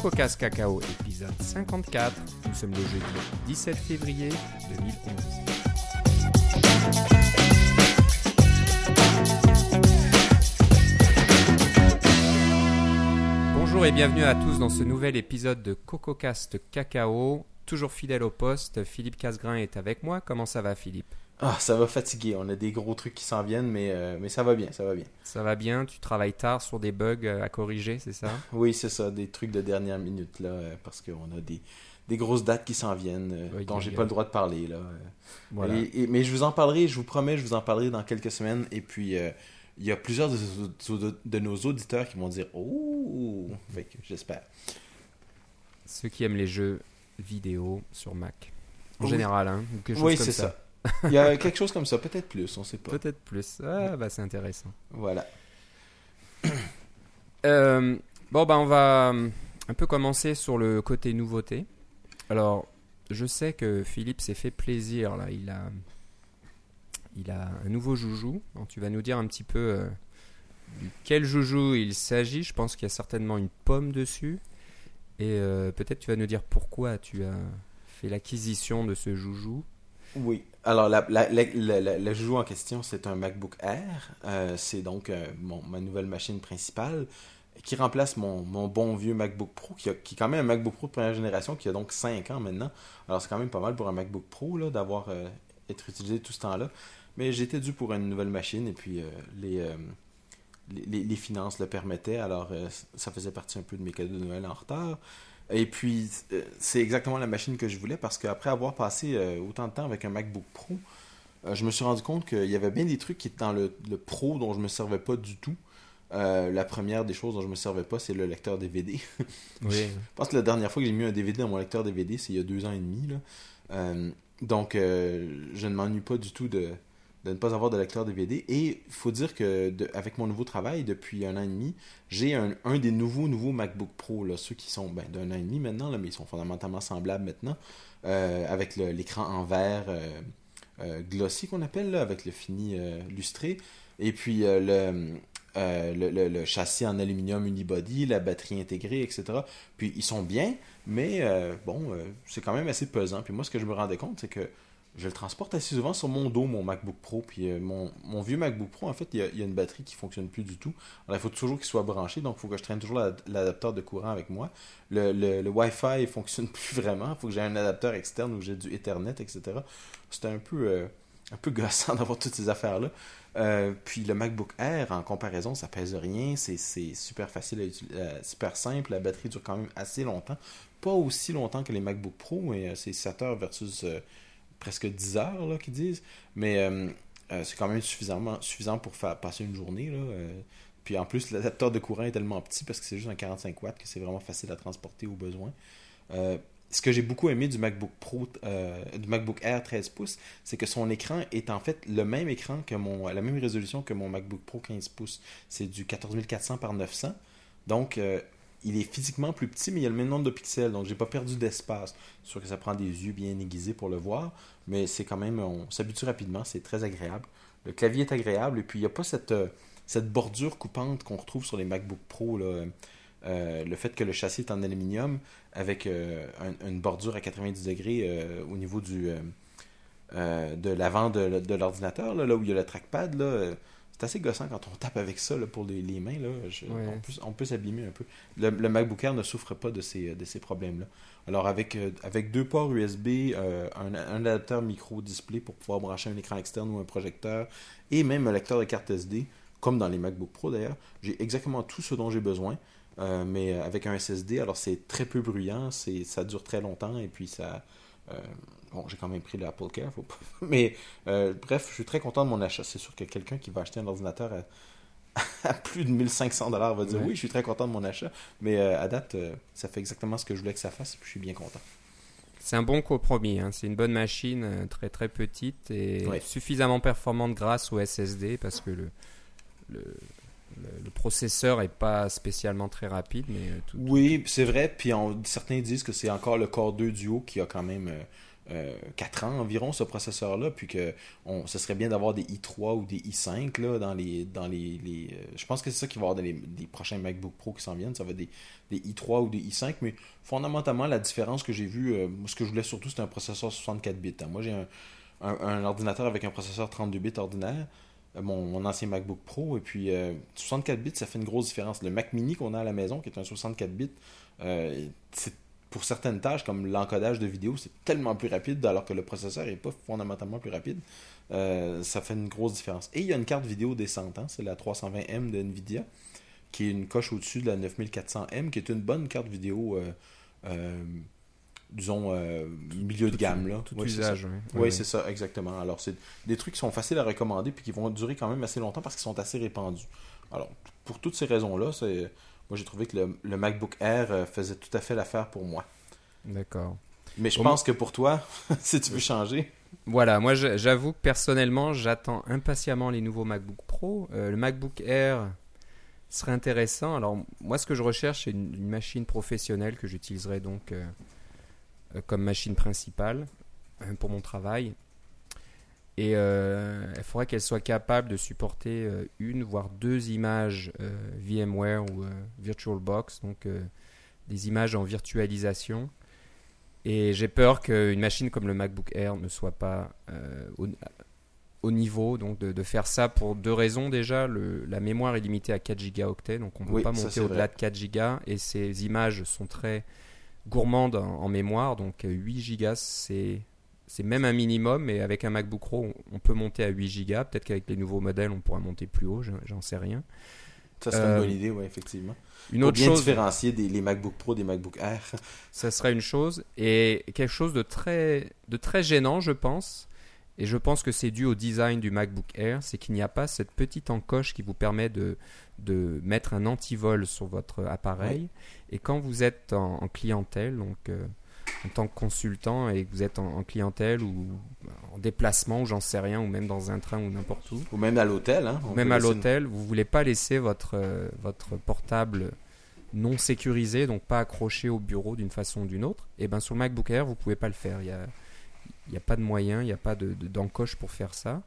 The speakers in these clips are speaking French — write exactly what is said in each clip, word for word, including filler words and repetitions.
CocoCast Cacao, épisode cinquante-quatre. Nous sommes le jeudi dix-sept février deux mille onze. Bonjour et bienvenue à tous dans ce nouvel épisode de CocoCast Cacao. Toujours fidèle au poste, Philippe Casgrain est avec moi. Comment ça va, Philippe? Ah, ça va fatiguer. On a des gros trucs qui s'en viennent, mais, euh, mais ça va bien, ça va bien. Ça va bien? Tu travailles tard sur des bugs à corriger, c'est ça? Oui, c'est ça, des trucs de dernière minute, là, euh, parce qu'on a des, des grosses dates qui s'en viennent, euh, oui, dont j'ai pas le droit de parler, là. Euh. Voilà. Et, et, mais je vous en parlerai, je vous promets, je vous en parlerai dans quelques semaines, et puis euh, il y a plusieurs de, de, de nos auditeurs qui vont dire « Oh! » Fait que j'espère. Ceux qui aiment les jeux vidéo sur Mac, en oui. général, hein, ou quelque chose oui, comme c'est ça. ça. Il y a quelque chose comme ça, peut-être plus, on sait pas. Peut-être plus. Ah, bah c'est intéressant. Voilà. euh, bon, bah on va un peu commencer sur le côté nouveauté. Alors, je sais que Philippe s'est fait plaisir, là. Il a, il a un nouveau joujou. Donc, tu vas nous dire un petit peu euh, de quel joujou il s'agit. Je pense qu'il y a certainement une pomme dessus. Et euh, peut-être tu vas nous dire pourquoi tu as fait l'acquisition de ce joujou. Oui. Alors, la, la, la, la, la, le joujou en question, c'est un MacBook Air. Euh, c'est donc euh, mon, ma nouvelle machine principale qui remplace mon, mon bon vieux MacBook Pro, qui, a, qui est quand même un MacBook Pro de première génération, qui a donc cinq ans maintenant. Alors, c'est quand même pas mal pour un MacBook Pro là, d'avoir euh, été utilisé tout ce temps-là. Mais j'étais dû pour une nouvelle machine et puis euh, les, euh, les, les finances le permettaient. Alors, euh, ça faisait partie un peu de mes cadeaux de Noël en retard. Et puis, euh, c'est exactement la machine que je voulais parce qu'après avoir passé euh, autant de temps avec un MacBook Pro, euh, je me suis rendu compte qu'il y avait bien des trucs qui étaient dans le, le Pro dont je ne me servais pas du tout. Euh, la première des choses dont je ne me servais pas, c'est le lecteur D V D. Oui. Je pense que la dernière fois que j'ai mis un D V D dans mon lecteur D V D, c'est il y a deux ans et demi. Là. Euh, donc, euh, je ne m'ennuie pas du tout de, de ne pas avoir de lecteur D V D. Et il faut dire que de, avec mon nouveau travail, depuis un an et demi, j'ai un, un des nouveaux nouveaux MacBook Pro, là, ceux qui sont ben, d'un an et demi maintenant, là, mais ils sont fondamentalement semblables maintenant, euh, avec le, l'écran en verre euh, euh, glossy qu'on appelle, là, avec le fini euh, lustré. Et puis euh, le, euh, le, le, le châssis en aluminium unibody, la batterie intégrée, et cetera. Puis ils sont bien, mais euh, bon, euh, c'est quand même assez pesant. Puis moi, ce que je me rendais compte, c'est que je le transporte assez souvent sur mon dos, mon MacBook Pro. Puis euh, mon, mon vieux MacBook Pro, en fait, il y, a, il y a une batterie qui ne fonctionne plus du tout. Alors, il faut toujours qu'il soit branché. Donc, il faut que je traîne toujours la, l'adapteur de courant avec moi. Le, le, le Wi-Fi ne fonctionne plus vraiment. Il faut que j'ai un adapteur externe où j'ai du Ethernet, et cetera. C'était un peu, euh, un peu gossant d'avoir toutes ces affaires-là. Euh, puis le MacBook Air, en comparaison, ça pèse rien. C'est, c'est super facile à utiliser, euh, super simple. La batterie dure quand même assez longtemps. Pas aussi longtemps que les MacBook Pro, mais euh, c'est sept heures versus... Euh, presque dix heures, là, qu'ils disent. Mais euh, euh, c'est quand même suffisamment, suffisant pour faire passer une journée, là. Euh, puis en plus, l'adapteur de courant est tellement petit parce que c'est juste un quarante-cinq watts que c'est vraiment facile à transporter au besoin. Euh, ce que j'ai beaucoup aimé du MacBook Pro, euh, du MacBook Air treize pouces, c'est que son écran est en fait le même écran que mon, la même résolution que mon MacBook Pro quinze pouces. C'est du quatorze mille quatre cents par neuf cents. Donc, euh, il est physiquement plus petit, mais il y a le même nombre de pixels, donc j'ai pas perdu d'espace. C'est sûr que ça prend des yeux bien aiguisés pour le voir, mais c'est quand même, on s'habitue rapidement, c'est très agréable. Le clavier est agréable, et puis il n'y a pas cette, euh, cette bordure coupante qu'on retrouve sur les MacBook Pro, là. Euh, le fait que le châssis est en aluminium, avec euh, un, une bordure à quatre-vingt-dix degrés euh, au niveau du, euh, euh, de l'avant de, de l'ordinateur, là, là où il y a le trackpad, là, euh, c'est assez gossant quand on tape avec ça là, pour les, les mains. Là. Je, ouais. on, peut, on peut s'abîmer un peu. Le, le MacBook Air ne souffre pas de ces, de ces problèmes-là. Alors, avec, euh, avec deux ports U S B, euh, un, un adapteur micro-display pour pouvoir brancher un écran externe ou un projecteur, et même un lecteur de carte S D, comme dans les MacBook Pro d'ailleurs, j'ai exactement tout ce dont j'ai besoin, euh, mais avec un S S D. Alors, c'est très peu bruyant, c'est, ça dure très longtemps, et puis ça... Euh, bon, j'ai quand même pris l'Apple Care, faut pas... mais euh, bref, je suis très content de mon achat. C'est sûr que quelqu'un qui va acheter un ordinateur à, à plus de mille cinq cents dollars va dire ouais. Oui, je suis très content de mon achat, mais euh, à date, euh, ça fait exactement ce que je voulais que ça fasse, et puis je suis bien content. C'est un bon compromis, hein. C'est une bonne machine, euh, très très petite et ouais. suffisamment performante grâce au S S D parce que le, le, le, le processeur n'est pas spécialement très rapide. Mais tout, oui, c'est vrai, puis on, certains disent que c'est encore le Core deux Duo qui a quand même... Euh, euh, quatre ans environ, ce processeur-là, puis que on, ce serait bien d'avoir des i trois ou des i cinq là, dans les... Dans les, les euh, je pense que c'est ça qui va y avoir dans les, les prochains MacBook Pro qui s'en viennent, ça va être des, des i trois ou des i cinq, mais fondamentalement, la différence que j'ai vue, euh, ce que je voulais surtout, c'était un processeur soixante-quatre bits. Hein. Moi, j'ai un, un, un ordinateur avec un processeur trente-deux bits ordinaire, euh, mon, mon ancien MacBook Pro, et puis euh, soixante-quatre bits, ça fait une grosse différence. Le Mac Mini qu'on a à la maison, qui est un soixante-quatre bits, euh, c'est pour certaines tâches, comme l'encodage de vidéo, c'est tellement plus rapide, alors que le processeur n'est pas fondamentalement plus rapide. Euh, ça fait une grosse différence. Et il y a une carte vidéo décente, hein, c'est la trois cent vingt M de Nvidia, qui est une coche au-dessus de la neuf mille quatre cents M, qui est une bonne carte vidéo, euh, euh, disons, euh, milieu tout, de gamme. Là. Tout ouais, usage, oui. Oui, ouais, c'est ça, exactement. Alors, c'est des trucs qui sont faciles à recommander, puis qui vont durer quand même assez longtemps, parce qu'ils sont assez répandus. Alors, pour toutes ces raisons-là, c'est... Moi, j'ai trouvé que le, le MacBook Air faisait tout à fait l'affaire pour moi. D'accord. Mais je Bon, pense que pour toi, si tu veux changer... Voilà, moi, j'avoue que personnellement, j'attends impatiemment les nouveaux MacBook Pro. Euh, le MacBook Air serait intéressant. Alors, moi, ce que je recherche, c'est une, une machine professionnelle que j'utiliserai donc euh, euh, comme machine principale euh, pour mon travail. Et euh, il faudrait qu'elle soit capable de supporter euh, une, voire deux images euh, VMware ou euh, VirtualBox, donc euh, des images en virtualisation. Et j'ai peur qu'une machine comme le MacBook Air ne soit pas euh, au, au niveau donc de, de faire ça pour deux raisons. Déjà, le, la mémoire est limitée à quatre gigaoctets, donc on ne peut oui, pas monter au-delà de quatre gigas. Et ces images sont très gourmandes en, en mémoire, donc huit gigas, c'est... C'est même un minimum, mais avec un MacBook Pro, on peut monter à huit gigas. Peut-être qu'avec les nouveaux modèles, on pourra monter plus haut, j'en sais rien. Ça, c'est euh, une bonne idée, oui, effectivement. Une Pour autre bien chose, différencier des, les MacBook Pro des MacBook Air. Ça serait une chose. Et quelque chose de très, de très gênant, je pense, et je pense que c'est dû au design du MacBook Air, c'est qu'il n'y a pas cette petite encoche qui vous permet de, de mettre un antivol sur votre appareil. Oui. Et quand vous êtes en, en clientèle, donc... Euh, en tant que consultant et que vous êtes en, en clientèle ou en déplacement ou j'en sais rien, ou même dans un train ou n'importe où. Ou même à l'hôtel. Hein, ou même à l'hôtel, une... vous ne voulez pas laisser votre, euh, votre portable non sécurisé, donc pas accroché au bureau d'une façon ou d'une autre. Et bien sur le MacBook Air, vous ne pouvez pas le faire. Il n'y a, il y a pas de moyen, il n'y a pas de, de, d'encoche pour faire ça.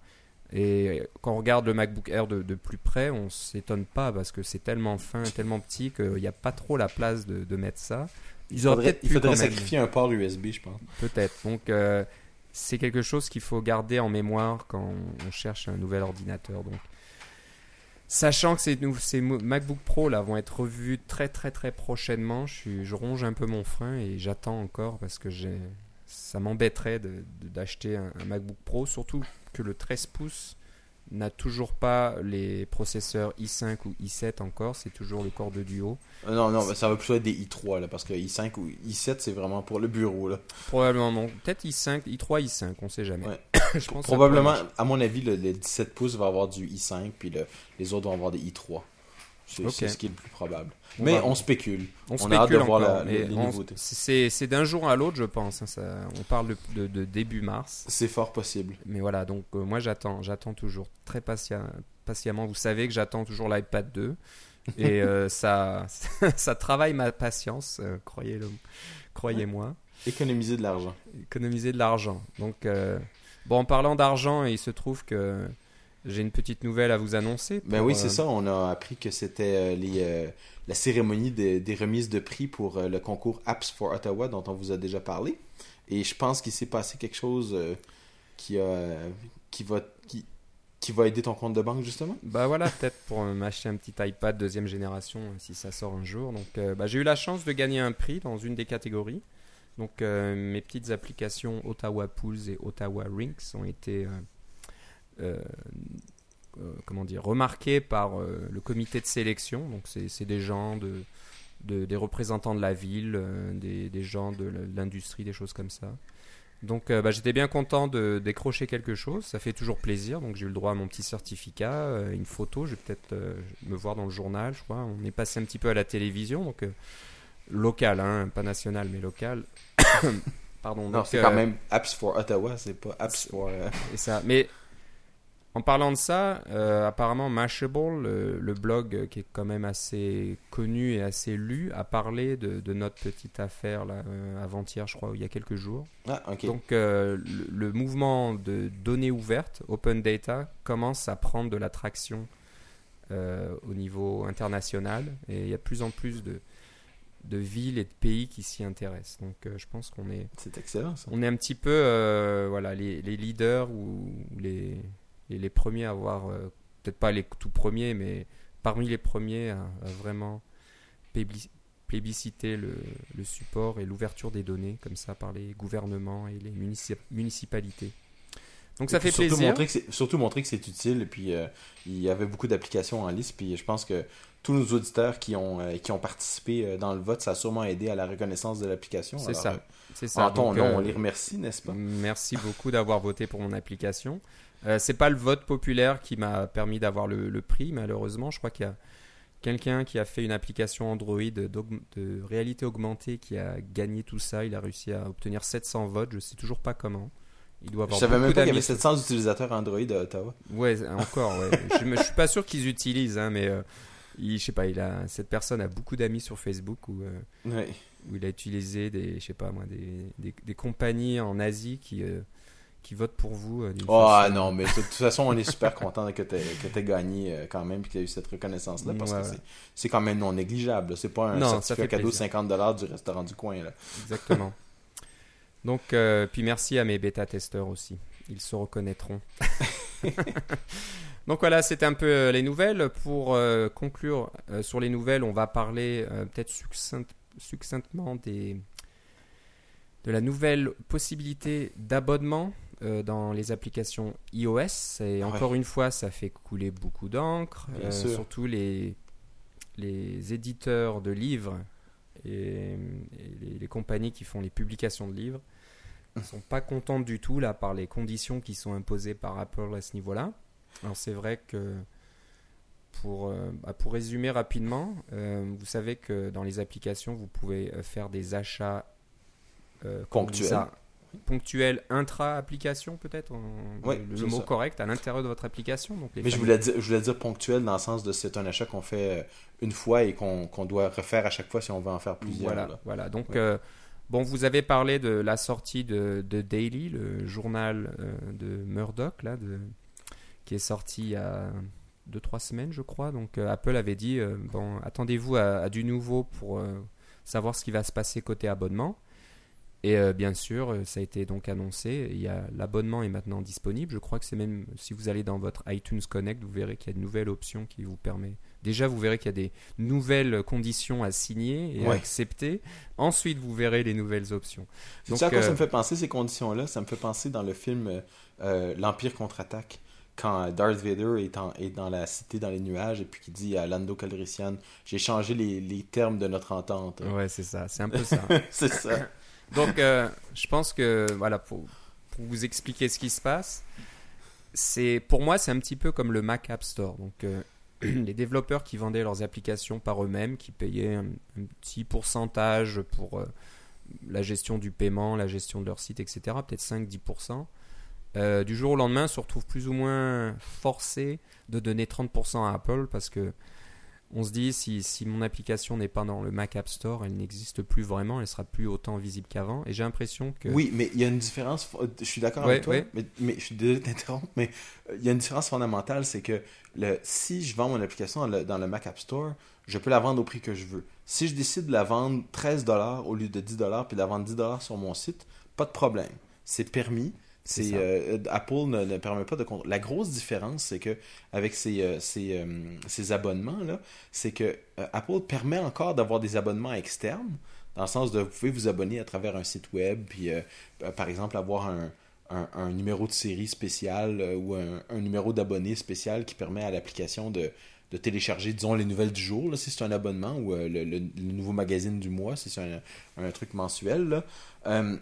Et quand on regarde le MacBook Air de, de plus près, on ne s'étonne pas parce que c'est tellement fin, tellement petit qu'il n'y a pas trop la place de, de mettre ça. Il faudrait, il faudrait sacrifier un port U S B, je pense. Peut-être. Donc, euh, c'est quelque chose qu'il faut garder en mémoire quand on cherche un nouvel ordinateur. Donc, sachant que ces, ces MacBook Pro là vont être revus très très très prochainement, je, suis, je ronge un peu mon frein et j'attends encore parce que j'ai, ça m'embêterait de, de, d'acheter un, un MacBook Pro, surtout que le treize pouces n'a toujours pas les processeurs i cinq ou i sept encore, c'est toujours le Core deux Duo. Non, non, ça va plutôt être des i trois, là, parce que i cinq ou i sept, c'est vraiment pour le bureau. Là. Probablement non. Peut-être i cinq, i trois, i cinq, on sait jamais. Ouais. Je pense Probablement, à mon avis, le, le dix-sept pouces va avoir du i cinq, puis le, les autres vont avoir des i trois. C'est, okay. c'est ce qui est le plus probable. On mais va... on spécule. On, on spécule a hâte de voir encore, la, les, les nouveautés. C'est, c'est d'un jour à l'autre, je pense. Hein, ça, on parle de, de, de début mars. C'est fort possible. Mais voilà, donc euh, moi j'attends, j'attends toujours très patient, patiemment. Vous savez que j'attends toujours l'iPad deux. Et euh, ça, ça travaille ma patience, euh, croyez-le, croyez-moi. Ouais. Économiser de l'argent. Économiser de l'argent. Donc, euh, bon, en parlant d'argent, il se trouve que j'ai une petite nouvelle à vous annoncer. Pour, ben oui, euh... c'est ça. On a appris que c'était euh, les, euh, la cérémonie de, des remises de prix pour euh, le concours Apps for Ottawa dont on vous a déjà parlé. Et je pense qu'il s'est passé quelque chose euh, qui, a, qui, va, qui, qui va aider ton compte de banque, justement. Bah voilà, peut-être pour m'acheter un petit iPad deuxième génération si ça sort un jour. Donc, euh, bah, j'ai eu la chance de gagner un prix dans une des catégories. Donc, euh, mes petites applications Ottawa Pools et Ottawa Rinks ont été... Euh, Euh, euh, comment dire, remarqué par euh, le comité de sélection. Donc c'est, c'est des gens de, de, des représentants de la ville, euh, des, des gens de l'industrie, des choses comme ça. Donc euh, bah, j'étais bien content de décrocher quelque chose, ça fait toujours plaisir. Donc j'ai eu le droit à mon petit certificat, euh, une photo, je vais peut-être euh, me voir dans le journal, je crois. On est passé un petit peu à la télévision, donc euh, local, hein, pas national mais local. Pardon. Non, donc, c'est euh, quand même Apps for Ottawa, c'est pas Apps for... Euh... Et ça, mais En parlant de ça, euh, apparemment Mashable, le, le blog qui est quand même assez connu et assez lu, a parlé de, de notre petite affaire là, euh, avant-hier, je crois, il y a quelques jours. Ah, ok. Donc euh, le, le mouvement de données ouvertes, open data, commence à prendre de la traction euh, au niveau international. Et il y a de plus en plus de, de villes et de pays qui s'y intéressent. Donc euh, je pense qu'on est, C'est excellent, ça. on est un petit peu euh, voilà, les, les leaders ou, ou les... Et les premiers à avoir, euh, peut-être pas les tout premiers, mais parmi les premiers à, à vraiment plébis- plébisciter le, le support et l'ouverture des données, comme ça, par les gouvernements et les municip- municipalités. Donc ça Et puis fait surtout plaisir. Montrer que c'est, surtout montrer que c'est utile. Et puis, euh, il y avait beaucoup d'applications en liste. Puis, je pense que tous nos auditeurs qui ont, euh, qui ont participé euh, dans le vote, ça a sûrement aidé à la reconnaissance de l'application. C'est Alors, ça. euh, C'est ça. En ton Donc, nom, euh, on les remercie, n'est-ce pas? Merci beaucoup d'avoir voté pour mon application. Euh, c'est pas le vote populaire qui m'a permis d'avoir le, le prix, malheureusement. Je crois qu'il y a quelqu'un qui a fait une application Android d'aug- de réalité augmentée qui a gagné tout ça. Il a réussi à obtenir sept cents votes. Je sais toujours pas comment. Il doit Je avoir savais beaucoup même pas qu'il y d'amis avait sept cents utilisateurs Android à Ottawa. Ouais, encore, ouais. je, me, je suis pas sûr qu'ils utilisent, hein, mais euh, il, je sais pas, il a, cette personne a beaucoup d'amis sur Facebook où, euh, Ouais. où il a utilisé des, je sais pas moi, des, des, des compagnies en Asie qui, euh, qui votent pour vous. euh, d'une Oh façon- non, mais de toute façon, on est super content que tu aies gagné euh, quand même et que tu aies eu cette reconnaissance-là parce Ouais, que ouais. c'est, c'est quand même non négligeable. Là. C'est pas un Non, ça certificat fait cadeau de plaisir. cinquante dollars du restaurant du coin. Là. Exactement. Donc, euh, puis merci à mes bêta-testeurs aussi. Ils se reconnaîtront. Donc voilà, c'était un peu euh, les nouvelles. Pour euh, conclure euh, sur les nouvelles, on va parler euh, peut-être succinct- succinctement des, de la nouvelle possibilité d'abonnement euh, dans les applications iOS. Et Ouais. encore une fois, ça fait couler beaucoup d'encre. Bien euh, sûr. surtout les, les éditeurs de livres et, et les, les compagnies qui font les publications de livres ne sont pas contentes du tout là, par les conditions qui sont imposées par Apple à ce niveau-là. Alors c'est vrai que pour, euh, bah, pour résumer rapidement, euh, vous savez que dans les applications, vous pouvez euh, faire des achats euh, comment on dit Ponctuels. ça ponctuels intra-application peut-être, en- Ouais, le, c'est le mot ça. correct, à l'intérieur de votre application. Donc les Mais je fameux- voulais, dire, je voulais dire ponctuel dans le sens de c'est un achat qu'on fait euh, une fois et qu'on, qu'on doit refaire à chaque fois si on veut en faire plusieurs. Voilà, là. voilà. Donc, Ouais. euh, bon, vous avez parlé de la sortie de, de Daily, le journal euh, de Murdoch, là, de, qui est sorti il y a deux trois semaines, je crois. Donc, euh, Apple avait dit, euh, bon, attendez-vous à, à du nouveau pour euh, savoir ce qui va se passer côté abonnement. Et euh, bien sûr, euh, ça a été donc annoncé. Il y a, l'abonnement est maintenant disponible. Je crois que c'est même, si vous allez dans votre iTunes Connect, vous verrez qu'il y a une nouvelle option qui vous permet. Déjà, vous verrez qu'il y a des nouvelles conditions à signer et à Ouais. accepter. Ensuite, vous verrez les nouvelles options. Tu Donc, sais à quoi euh, ça me fait penser ces conditions-là? Ça me fait penser dans le film euh, euh, L'Empire contre-attaque, quand Darth Vader est, en- est dans la cité, dans les nuages, et puis qui dit à Lando Calrissian, j'ai changé les, les termes de notre entente. Ouais, c'est ça. C'est un peu ça. C'est ça. Donc, euh, je pense que, voilà, pour, pour vous expliquer ce qui se passe, c'est, pour moi, c'est un petit peu comme le Mac App Store. Donc, euh, les développeurs qui vendaient leurs applications par eux-mêmes, qui payaient un, un petit pourcentage pour euh, la gestion du paiement, la gestion de leur site, et cetera, peut-être cinq à dix pour cent, euh, du jour au lendemain, se retrouvent plus ou moins forcés de donner trente pour cent à Apple parce que on se dit, si, si mon application n'est pas dans le Mac App Store, elle n'existe plus vraiment, elle sera plus autant visible qu'avant. Et j'ai l'impression que... Oui, mais il y a une différence. Je suis d'accord Ouais, avec toi, ouais. mais, mais je suis désolé de t'interrompre, mais euh, il y a une différence fondamentale, c'est que le, si je vends mon application dans le, dans le Mac App Store, je peux la vendre au prix que je veux. Si je décide de la vendre treize dollars au lieu de dix dollars puis de la vendre dix dollars sur mon site, pas de problème. C'est permis. C'est C'est, ça. euh, Apple ne, ne permet pas de contrôler. La grosse différence, c'est que avec ces, euh, ces, euh, ces abonnements-là, c'est que euh, Apple permet encore d'avoir des abonnements externes, dans le sens de vous pouvez vous abonner à travers un site web, puis euh, euh, par exemple avoir un, un, un numéro de série spécial euh, ou un, un numéro d'abonné spécial qui permet à l'application de, de télécharger, disons, les nouvelles du jour, là, si c'est un abonnement, ou euh, le, le, le nouveau magazine du mois, si c'est un, un truc mensuel. Là. Euh,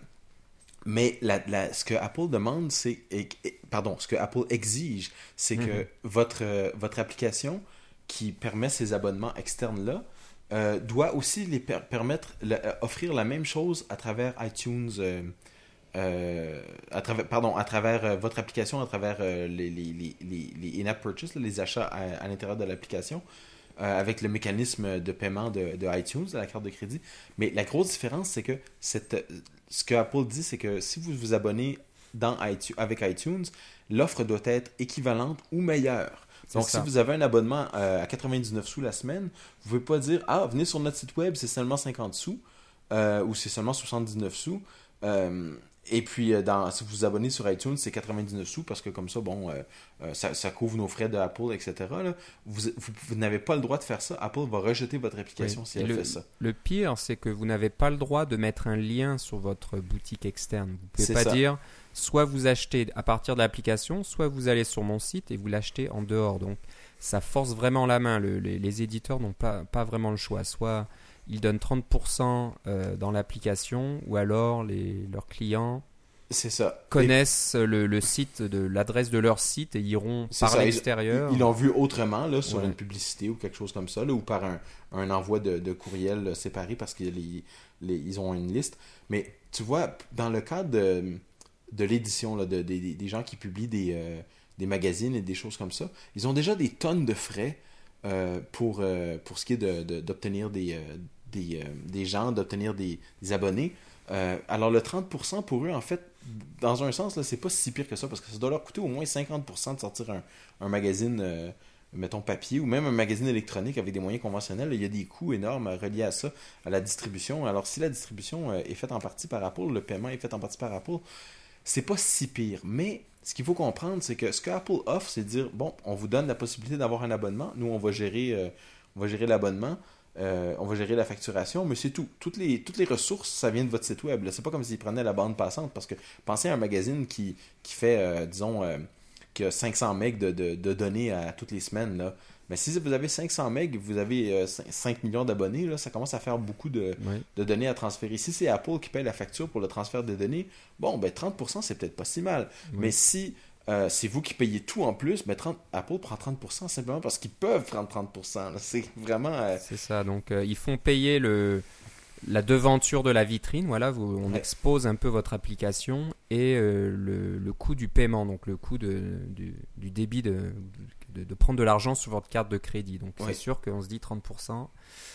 Mais la, la, ce que Apple demande, c'est. et- et- pardon, ce que Apple exige, c'est que Mhm. votre, euh, votre application qui permet ces abonnements externes-là euh, doit aussi les per- permettre, le- euh, offrir la même chose à travers iTunes, euh, euh, à travers, pardon, à travers euh, votre application, à travers euh, les, les, les, les, les in-app purchases, là, les achats à, à l'intérieur de l'application, euh, avec le mécanisme de paiement de, de iTunes, de la carte de crédit. Mais la grosse différence, c'est que cette, ce que Apple dit, c'est que si vous vous abonnez dans iTunes, avec iTunes, l'offre doit être équivalente ou meilleure. Donc, si vous avez un abonnement euh, à quatre-vingt-dix-neuf sous la semaine, vous ne pouvez pas dire « Ah, venez sur notre site web, c'est seulement cinquante sous euh, » ou « C'est seulement soixante-dix-neuf sous euh, ». Et puis, dans, si vous vous abonnez sur iTunes, c'est quatre-vingt-dix-neuf sous parce que comme ça, bon, euh, euh, ça, ça couvre nos frais de Apple, et cetera. Là. Vous, vous, vous n'avez pas le droit de faire ça. Apple va rejeter votre application oui. si elle le, fait ça. Le pire, c'est que vous n'avez pas le droit de mettre un lien sur votre boutique externe. Vous ne pouvez c'est pas ça. dire soit vous achetez à partir de l'application, soit vous allez sur mon site et vous l'achetez en dehors. Donc, ça force vraiment la main. Le, les, les éditeurs n'ont pas, pas vraiment le choix. Soit ils donnent trente pour cent euh, dans l'application, ou alors les, leurs clients c'est ça. connaissent et... le, le site, de, l'adresse de leur site et iront c'est par ça. l'extérieur. Ils, ils l'ont vu autrement là, sur ouais. une publicité ou quelque chose comme ça, là, ou par un, un envoi de, de courriel séparé parce qu'ils les, les, ils ont une liste. Mais tu vois, dans le cadre de, de l'édition, là, de, de, de, des gens qui publient des... Euh, des magazines et des choses comme ça, ils ont déjà des tonnes de frais euh, pour, euh, pour ce qui est de, de, d'obtenir des, euh, des, euh, des gens, d'obtenir des, des abonnés. Euh, alors le trente pour cent pour eux, en fait, dans un sens, là, c'est pas si pire que ça, parce que ça doit leur coûter au moins cinquante pour cent de sortir un, un magazine, euh, mettons papier, ou même un magazine électronique avec des moyens conventionnels. Il y a des coûts énormes reliés à ça, à la distribution. Alors si la distribution euh, est faite en partie par Apple, le paiement est fait en partie par Apple, c'est pas si pire. Mais ce qu'il faut comprendre, c'est que ce que Apple offre, c'est de dire, bon, on vous donne la possibilité d'avoir un abonnement. Nous, on va gérer, euh, on va gérer l'abonnement. Euh, on va gérer la facturation, mais c'est tout. Toutes les, toutes les ressources, ça vient de votre site web. Là. C'est pas comme s'ils prenaient la bande passante, parce que pensez à un magazine qui, qui fait, euh, disons, euh, qui a cinq cents mégas de, de, de données à toutes les semaines. Là. Mais si vous avez cinq cents mégas, vous avez euh, cinq millions d'abonnés, là, ça commence à faire beaucoup de, oui. de données à transférer. Si c'est Apple qui paye la facture pour le transfert des données, bon, ben trente pour cent, c'est peut-être pas si mal. Oui. Mais si euh, c'est vous qui payez tout en plus, ben trente, Apple prend trente pour cent simplement parce qu'ils peuvent prendre trente pour cent. Là. C'est vraiment... Euh... C'est ça, donc euh, ils font payer le... la devanture de la vitrine, voilà, vous, on ouais. expose un peu votre application et euh, le, le coût du paiement, donc le coût de, du, du débit de, de, de prendre de l'argent sur votre carte de crédit. Donc ouais. c'est sûr qu'on se dit trente pour cent.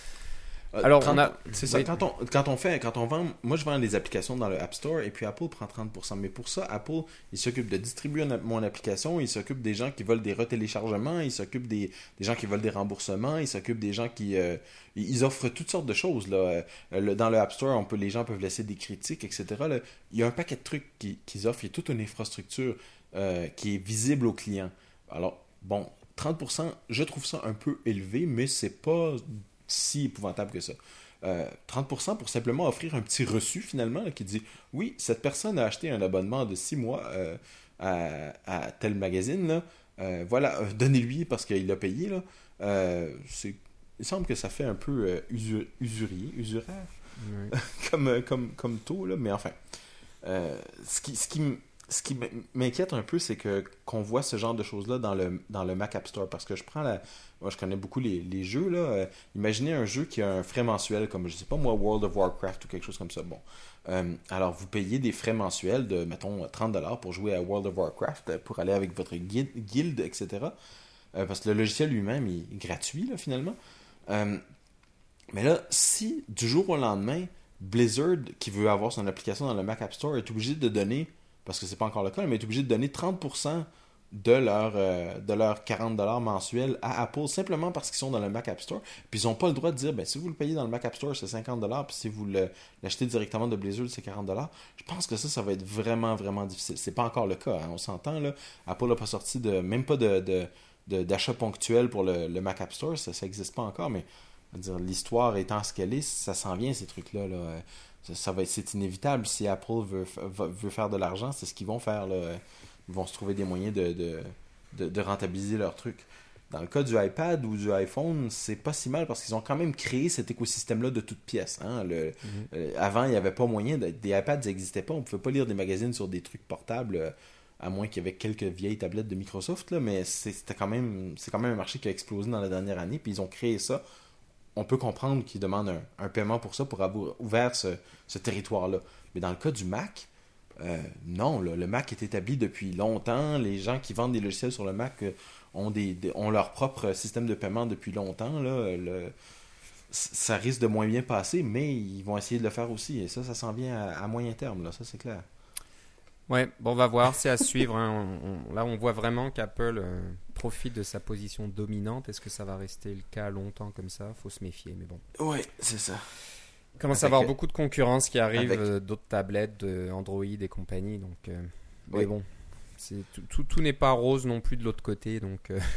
Alors, quand, on a... c'est ça, quand on, quand on fait, quand on vend, moi je vends des applications dans le App Store et puis Apple prend trente pour cent. Mais pour ça, Apple, il s'occupe de distribuer mon application, il s'occupe des gens qui veulent des retéléchargements, il s'occupe des, des gens qui veulent des remboursements, il s'occupe des gens qui... Euh, ils offrent toutes sortes de choses. Là. Dans le App Store, on peut, les gens peuvent laisser des critiques, et cetera. Là. Il y a un paquet de trucs qu'ils, qu'ils offrent, il y a toute une infrastructure euh, qui est visible aux clients. Alors, bon, trente pour cent, je trouve ça un peu élevé, mais c'est pas... si épouvantable que ça. Euh, trente pour cent pour simplement offrir un petit reçu finalement là, qui dit oui, cette personne a acheté un abonnement de six mois euh, à, à tel magazine là, euh, voilà, euh, donnez-lui parce qu'il l'a payé là. Euh, c'est, il semble que ça fait un peu euh, usur, usurier, usuraire oui. comme, comme, comme taux là, mais enfin euh, ce qui, ce qui m- Ce qui m'inquiète un peu, c'est que qu'on voit ce genre de choses-là dans le, dans le Mac App Store. Parce que je prends la... Moi, je connais beaucoup les, les jeux, là. Euh, imaginez un jeu qui a un frais mensuel, comme, je sais pas moi, World of Warcraft ou quelque chose comme ça. Bon. Euh, alors, vous payez des frais mensuels de, mettons, trente dollars pour jouer à World of Warcraft, pour aller avec votre guide, guilde, et cetera. Euh, parce que le logiciel lui-même il est gratuit, là, finalement. Euh, mais là, si, du jour au lendemain, Blizzard, qui veut avoir son application dans le Mac App Store, est obligé de donner... parce que c'est pas encore le cas, mais est obligé de donner trente pour cent de leur, euh, de leur quarante dollars mensuels à Apple, simplement parce qu'ils sont dans le Mac App Store. Puis ils n'ont pas le droit de dire, ben, si vous le payez dans le Mac App Store, c'est cinquante dollars, puis si vous le, l'achetez directement de Blizzard, c'est quarante dollars. Je pense que ça, ça va être vraiment, vraiment difficile. C'est pas encore le cas, hein, on s'entend, là. Apple n'a pas sorti de, même pas de, de, de, d'achat ponctuel pour le, le Mac App Store, ça n'existe pas encore, mais je veux dire, l'histoire étant ce qu'elle est, ça s'en vient, ces trucs-là, là. Ça, ça va être, c'est inévitable. Si Apple veut, veut faire de l'argent, c'est ce qu'ils vont faire. Là. Ils vont se trouver des moyens de, de, de, de rentabiliser leur truc. Dans le cas du iPad ou du iPhone, c'est pas si mal parce qu'ils ont quand même créé cet écosystème-là de toutes pièces. Hein. Le, mm-hmm. euh, avant, il n'y avait pas moyen. De, des iPads n'existaient pas. On ne pouvait pas lire des magazines sur des trucs portables, euh, à moins qu'il y avait quelques vieilles tablettes de Microsoft. Là, mais c'est, c'était quand même, c'est quand même un marché qui a explosé dans la dernière année. Puis ils ont créé ça. On peut comprendre qu'ils demandent un, un paiement pour ça, pour avoir ouvert ce, ce territoire-là. Mais dans le cas du Mac, Euh, non, là, le Mac est établi depuis longtemps. Les gens qui vendent des logiciels sur le Mac euh, ont, des, des- ont leur propre système de paiement depuis longtemps. Là. Le, ça risque de moins bien passer, mais ils vont essayer de le faire aussi. Et ça, ça s'en vient à, à moyen terme, là, ça c'est clair. Ouais, bon, on va voir, c'est à suivre. Hein. On- on- là, on voit vraiment qu'Apple euh, profite de sa position dominante. Est-ce que ça va rester le cas longtemps comme ça? Faut se méfier, mais bon. Ouais, c'est ça. Il commence à Avec, avoir euh, beaucoup de concurrence qui arrive, avec- euh, d'autres tablettes, de Android et compagnie. Donc, euh, mais Oui. bon, c'est, tout, tout, tout n'est pas rose non plus de l'autre côté. Donc, euh,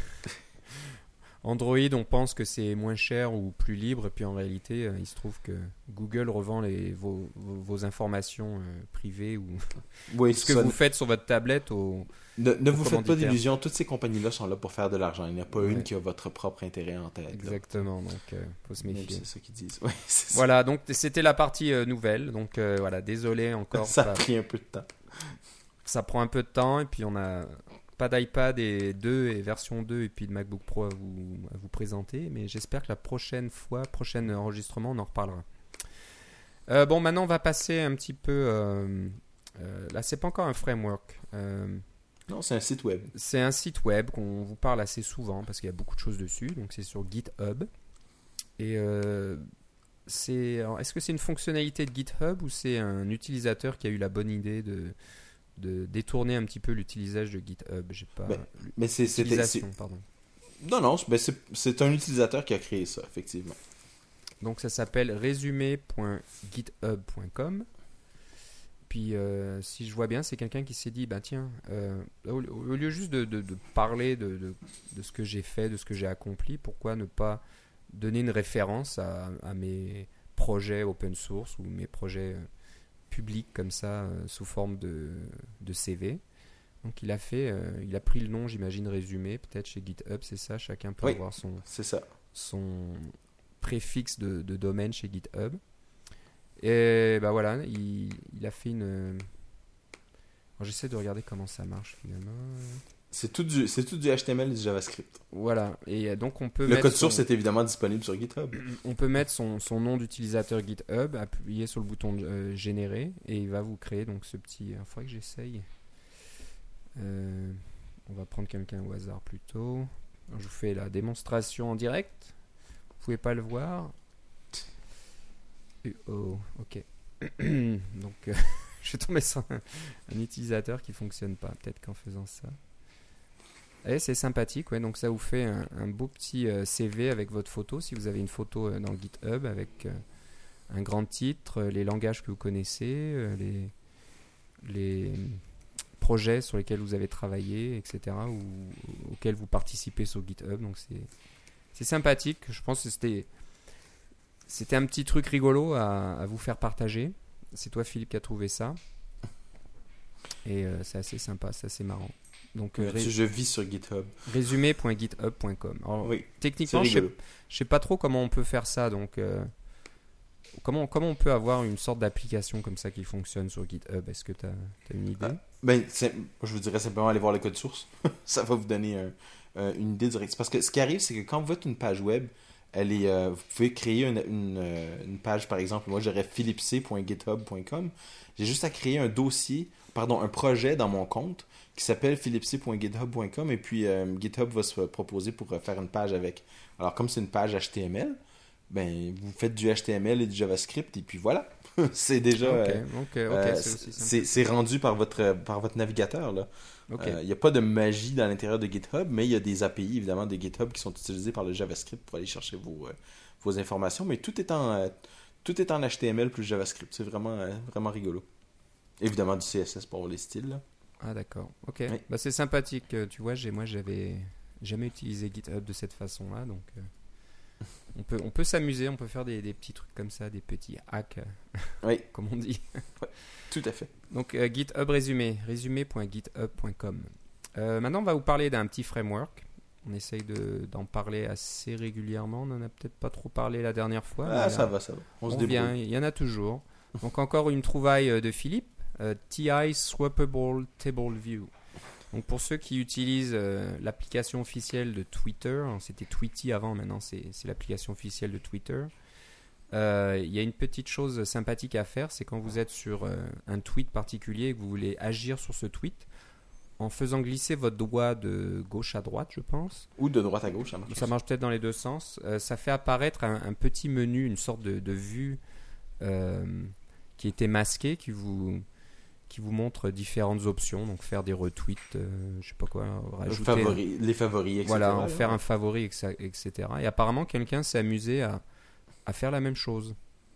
Android, on pense que c'est moins cher ou plus libre, et puis en réalité, euh, il se trouve que Google revend les, vos, vos, vos informations euh, privées ou Oui, ce que ça, vous faites sur votre tablette au, ne, ne vous faites pas commanditaire. d'illusions, toutes ces compagnies-là sont là pour faire de l'argent. Il n'y en a pas Ouais. une qui a votre propre intérêt en tête. là. Exactement, donc euh, faut se Même méfier. C'est ça qu'ils disent. Ouais, c'est ça. Voilà, donc c'était la partie euh, nouvelle. Donc euh, voilà, désolé encore. Ça a ça, pris un peu de temps. ça prend un peu de temps et puis on a pas d'iPad et deux et version deux et puis de MacBook Pro à vous, à vous présenter. Mais j'espère que la prochaine fois, prochain enregistrement, on en reparlera. Euh, bon, maintenant on va passer un petit peu. Euh, euh, là, c'est pas encore un framework. Euh, Non, c'est un site web. c'est un site web qu'on vous parle assez souvent parce qu'il y a beaucoup de choses dessus. Donc c'est sur GitHub. Et euh, c'est, alors, est-ce que c'est une fonctionnalité de GitHub ou c'est un utilisateur qui a eu la bonne idée de, de détourner un petit peu l'utilisation de GitHub? J'ai pas. Ben, Mais c'est, c'était- l'utilisation, c'est- pardon. Non, non, c'est, ben, c'est, c'est un utilisateur qui a créé ça, effectivement. Donc ça s'appelle résumé point github point com. Puis euh, si je vois bien, c'est quelqu'un qui s'est dit, bah tiens, euh, au, au lieu juste de, de- de parler de, de- de ce que j'ai fait, de ce que j'ai accompli, pourquoi ne pas donner une référence à, à mes projets open source ou mes projets euh, publics comme ça, euh, sous forme de, de C V. Donc il a fait, euh, il a pris le nom, j'imagine, résumé, peut-être chez GitHub, c'est ça, chacun peut Oui. avoir son, C'est ça. son préfixe de, de domaine chez GitHub. Et bah voilà, il, il a fait une. Alors, j'essaie de regarder comment ça marche finalement. C'est tout du, c'est tout du H T M L et du JavaScript. Voilà, et donc on peut Le mettre code son- source est évidemment disponible sur GitHub. on peut mettre son, son nom d'utilisateur GitHub, appuyer sur le bouton euh, générer et il va vous créer donc ce petit. Il faudrait que j'essaye. Euh, on va prendre quelqu'un au hasard plutôt. Alors, je vous fais la démonstration en direct. Vous pouvez pas le voir. U O, ok. Donc, euh, je vais tomber sur un, un utilisateur qui fonctionne pas. Peut-être qu'en faisant ça. Et c'est sympathique, ouais. Donc, ça vous fait un, un beau petit euh, C V avec votre photo. Si vous avez une photo euh, dans GitHub avec euh, un grand titre, euh, les langages que vous connaissez, euh, les, les projets sur lesquels vous avez travaillé, et cetera, ou auxquels vous participez sur GitHub. Donc, c'est, c'est sympathique. Je pense que c'était. C'était un petit truc rigolo à, à vous faire partager. C'est toi, Philippe, qui a trouvé ça. Et euh, c'est assez sympa, c'est assez marrant. Donc, euh, Tu- Je vis sur GitHub. résumé point github point com. Alors, Oui, c'est techniquement, je sais, rigolo. je sais pas trop comment on peut faire ça. Donc, euh, comment, comment on peut avoir une sorte d'application comme ça qui fonctionne sur GitHub? Est-ce que tu as une idée? Ah. Ben, c'est- je vous dirais simplement aller voir le code source. Ça va vous donner un- euh, une idée directe. Parce que ce qui arrive, c'est que quand vous faites une page web, elle est, euh, vous pouvez créer une, une, euh, une page, par exemple, moi j'aurais philipc point github point com. J'ai juste à créer un dossier, pardon, un projet dans mon compte qui s'appelle philipc point github point com et puis euh, GitHub va se proposer pour euh, faire une page avec. Alors, comme c'est une page H T M L, ben, vous faites du H T M L et du JavaScript et puis voilà. C'est déjà. Ok, euh, ok, ok, euh, c'est aussi sympa. c'est c'est rendu par votre, par votre navigateur, là. Ok. Il n'y a pas de magie dans l'intérieur de GitHub, mais il y a des A P I, évidemment, de GitHub qui sont utilisés par le JavaScript pour aller chercher vos, euh, vos informations, mais tout est, en, euh, tout est en H T M L plus JavaScript. C'est vraiment, euh, vraiment rigolo. Évidemment, du C S S pour avoir les styles. Là. Ah d'accord, ok. Oui. Bah, c'est sympathique, euh, tu vois, j'ai, moi j'avais jamais utilisé GitHub de cette façon-là, donc euh, on, peut, on peut s'amuser, on peut faire des, des petits trucs comme ça, des petits hacks, euh, Oui, comme on dit. tout à fait. Donc euh, GitHub résumé, résumé point github point com. Euh, maintenant on va vous parler d'un petit framework. On essaye de, d'en parler assez régulièrement, on n'en a peut-être pas trop parlé la dernière fois. Ah, mais, ça euh, va, ça va. On, se on débrouille. vient, il y en a toujours. Donc encore une trouvaille euh, de Philippe, euh, T I Swappable Table View. Donc pour ceux qui utilisent euh, l'application officielle de Twitter, hein, c'était Tweety avant, maintenant c'est, c'est l'application officielle de Twitter. euh, il y a une petite chose sympathique à faire, c'est quand vous êtes sur euh, un tweet particulier et que vous voulez agir sur ce tweet, en faisant glisser votre doigt de gauche à droite, je pense. Ou de droite à gauche, ça marche. Ça marche peut-être dans les deux sens. Euh, ça fait apparaître un, un petit menu, une sorte de, de vue euh, qui était masquée, qui vous, qui vous montre différentes options. Donc faire des retweets, euh, je sais pas quoi, rajouter... Favori, les favoris, et cetera. Voilà, en là, faire ouais. un favori, et cetera. Et apparemment, quelqu'un s'est amusé à, à faire la même chose.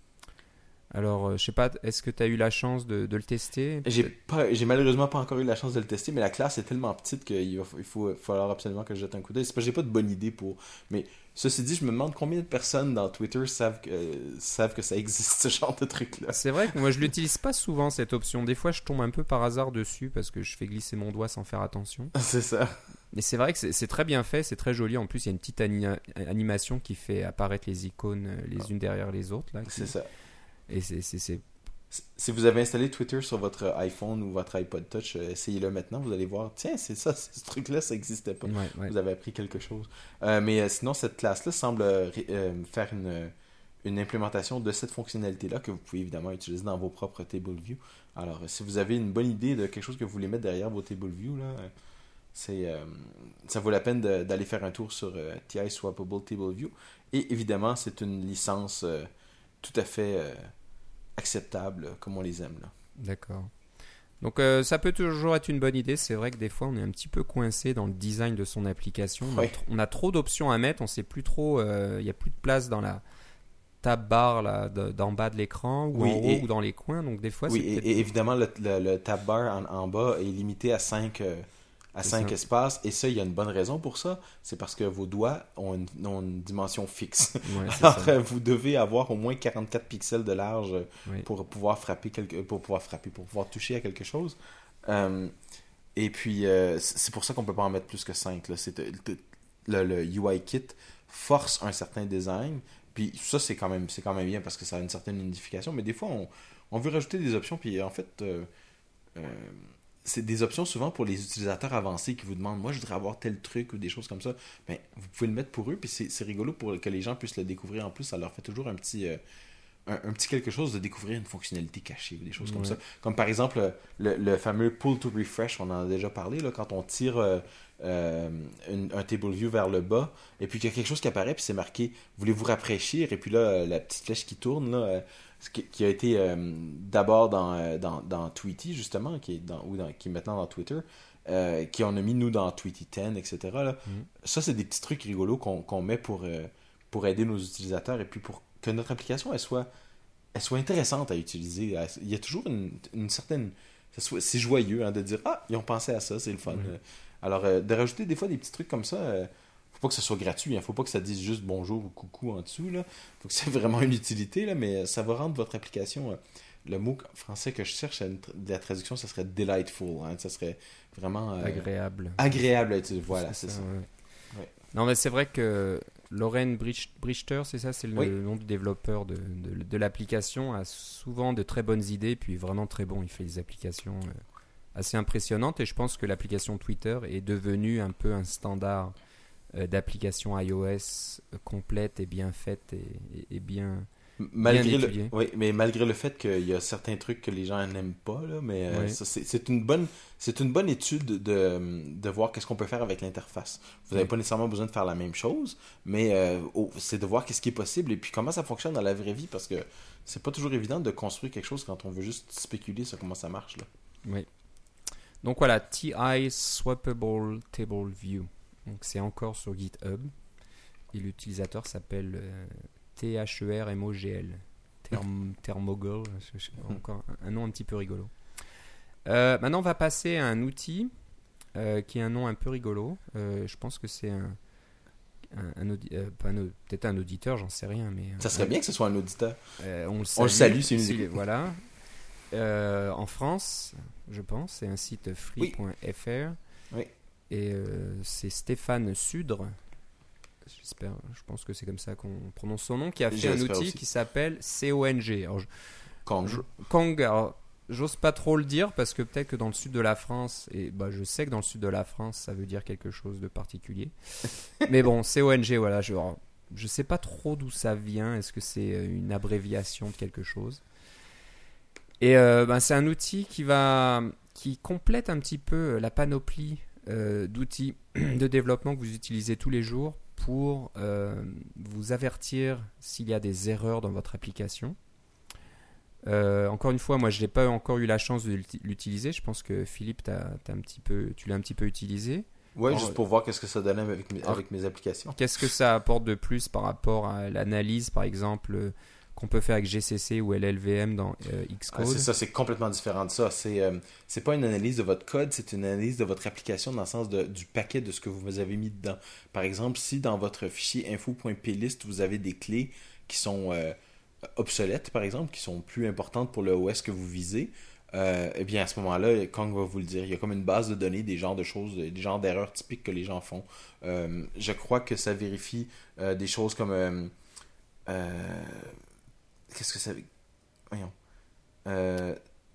Alors, euh, je sais pas, est-ce que tu as eu la chance de, de le tester? J'ai, pas, j'ai malheureusement pas encore eu la chance de le tester, mais la classe est tellement petite qu'il va, il faut, il faut falloir absolument que je jette un coup d'œil. C'est parce que j'ai pas de bonne idée pour... Mais ceci dit, je me demande combien de personnes dans Twitter savent que, euh, savent que ça existe, ce genre de truc-là. C'est vrai que moi, je l'utilise pas souvent, cette option. Des fois, je tombe un peu par hasard dessus parce que je fais glisser mon doigt sans faire attention. C'est ça. Mais c'est vrai que c'est, c'est très bien fait, c'est très joli. En plus, il y a une petite ani- animation qui fait apparaître les icônes les unes derrière les autres. Là, qui... C'est ça. Et c'est... c'est, c'est... Si vous avez installé Twitter sur votre iPhone ou votre iPod Touch, euh, essayez-le maintenant, vous allez voir, tiens, c'est ça, ce truc-là, ça n'existait pas. Ouais, ouais. Vous avez appris quelque chose. Euh, mais euh, sinon, cette classe-là semble euh, euh, faire une, une implémentation de cette fonctionnalité-là que vous pouvez évidemment utiliser dans vos propres Table View. Alors, si vous avez une bonne idée de quelque chose que vous voulez mettre derrière vos Table View, là, c'est, euh, ça vaut la peine de, d'aller faire un tour sur euh, T I Swappable Table View. Et évidemment, c'est une licence euh, tout à fait... Euh, acceptable comme on les aime là. D'accord. Donc euh, ça peut toujours être une bonne idée. C'est vrai que des fois on est un petit peu coincé dans le design de son application. On, ouais. a, tr- on a trop d'options à mettre. On sait plus trop. Il euh, n'y a plus de place dans la tab bar là, de, d'en bas de l'écran ou oui, en haut et, ou dans les coins. Donc des fois oui, c'est et, peut-être... et évidemment le, le, le tab bar en, en bas est limité à cinq euh, à cinq espaces, et ça, il y a une bonne raison pour ça, c'est parce que vos doigts ont une, ont une dimension fixe. Ouais, Alors, ça. vous devez avoir au moins quarante-quatre pixels de large Oui. pour pouvoir frapper, quelque, pour pouvoir frapper, pour pouvoir toucher à quelque chose. Euh, et puis, euh, c'est pour ça qu'on peut pas en mettre plus que cinq. Là. C'est, le, le U I Kit force un certain design, puis ça, c'est quand même, c'est quand même bien parce que ça a une certaine unification, mais des fois, on, on veut rajouter des options, puis en fait... Euh, euh, c'est des options souvent pour les utilisateurs avancés qui vous demandent, moi je voudrais avoir tel truc ou des choses comme ça. Ben, vous pouvez le mettre pour eux, puis c'est, c'est rigolo pour que les gens puissent le découvrir en plus. Ça leur fait toujours un petit, euh, un, un petit quelque chose de découvrir une fonctionnalité cachée ou des choses ouais. comme ça. Comme par exemple le, le fameux pull to refresh, on en a déjà parlé, là, quand on tire euh, euh, une, un table view vers le bas, et puis qu'il y a quelque chose qui apparaît, puis c'est marqué voulez-vous rafraîchir, et puis là, la petite flèche qui tourne, là. Euh, qui a été euh, d'abord dans, euh, dans, dans Tweety, justement, qui est, dans, ou dans, qui est maintenant dans Twitter, euh, qui on a mis, nous, dans Tweety dix, et cetera. Là. Mm. Ça, c'est des petits trucs rigolos qu'on, qu'on met pour, euh, pour aider nos utilisateurs et puis pour que notre application, elle soit, elle soit intéressante à utiliser. Il y a toujours une, une certaine... C'est joyeux hein, de dire « Ah, ils ont pensé à ça, c'est le fun. Mm. » Alors, euh, de rajouter des fois des petits trucs comme ça... Euh, faut pas que ce soit gratuit, il hein. faut pas que ça dise juste bonjour ou coucou en dessous, là. Faut que c'est vraiment une utilité, là, mais ça va rendre votre application, euh, le mot français que je cherche, de la traduction, ça serait delightful, hein. Ça serait vraiment... Euh, agréable. Agréable à utiliser, voilà, c'est, c'est ça. ça. Ouais. Ouais. Non, mais c'est vrai que Lauren Brichter, c'est ça, c'est le, oui. le nom du développeur de, de, de l'application, a souvent de très bonnes idées, puis vraiment très bon, il fait des applications euh, assez impressionnantes, et je pense que l'application Twitter est devenue un peu un standard d'application iOS complète et bien faite et, et, et bien, malgré bien étudiée. Le, oui, mais malgré le fait qu'il y a certains trucs que les gens n'aiment pas, là, mais oui. euh, ça, c'est, c'est, une bonne, c'est une bonne étude de, de voir qu'est-ce qu'on peut faire avec l'interface. Vous n'avez oui. pas nécessairement besoin de faire la même chose, mais euh, oh, c'est de voir qu'est-ce qui est possible et puis comment ça fonctionne dans la vraie vie, parce que c'est pas toujours évident de construire quelque chose quand on veut juste spéculer sur comment ça marche. Là. Oui. Donc voilà, T I Swappable Table View. Donc c'est encore sur GitHub et l'utilisateur s'appelle euh, T H E R M O G L, Therm- Thermogol, encore un, un nom un petit peu rigolo. Euh, maintenant on va passer à un outil euh, qui a un nom un peu rigolo. Euh, je pense que c'est un, un, un audi- euh, pas un, peut-être un auditeur, j'en sais rien, mais ça serait un, bien que ce soit un auditeur. Euh, on le salue, on le salue, c'est une idée. Voilà. Euh, en France, je pense, c'est un site free point f r. Oui. Et euh, c'est Stéphane Sudre, j'espère, je pense que c'est comme ça qu'on prononce son nom, qui a fait J'espère un outil aussi. Qui s'appelle C O N G. Alors, je, Kong. Je, Kong, alors, j'ose pas trop le dire parce que peut-être que dans le sud de la France, et bah, je sais que dans le sud de la France, ça veut dire quelque chose de particulier. Mais bon, C O N G, voilà, je, alors, je sais pas trop d'où ça vient. Est-ce que c'est une abréviation de quelque chose? Et euh, ben, c'est un outil qui va qui complète un petit peu la panoplie euh, d'outils de développement que vous utilisez tous les jours pour euh, vous avertir s'il y a des erreurs dans votre application. Euh, encore une fois, moi je n'ai pas encore eu la chance de l'utiliser. Je pense que Philippe, t'as, t'as un petit peu, tu l'as un petit peu utilisé. Ouais, alors, juste pour voir qu'est-ce que ça donnait avec mes, alors, avec mes applications. Qu'est-ce que ça apporte de plus par rapport à l'analyse, par exemple, euh, qu'on peut faire avec G C C ou L L V M dans euh, Xcode? Ah, c'est ça, c'est complètement différent de ça. C'est, euh, c'est pas une analyse de votre code, c'est une analyse de votre application dans le sens de, du paquet de ce que vous avez mis dedans. Par exemple, si dans votre fichier info.plist, vous avez des clés qui sont euh, obsolètes, par exemple, qui sont plus importantes pour le O S que vous visez, euh, eh bien à ce moment-là, Kong va vous le dire. Il y a comme une base de données des genres de choses, des genres d'erreurs typiques que les gens font. Euh, je crois que ça vérifie euh, des choses comme... Euh, euh, qu'est-ce que ça... Voyons. Euh,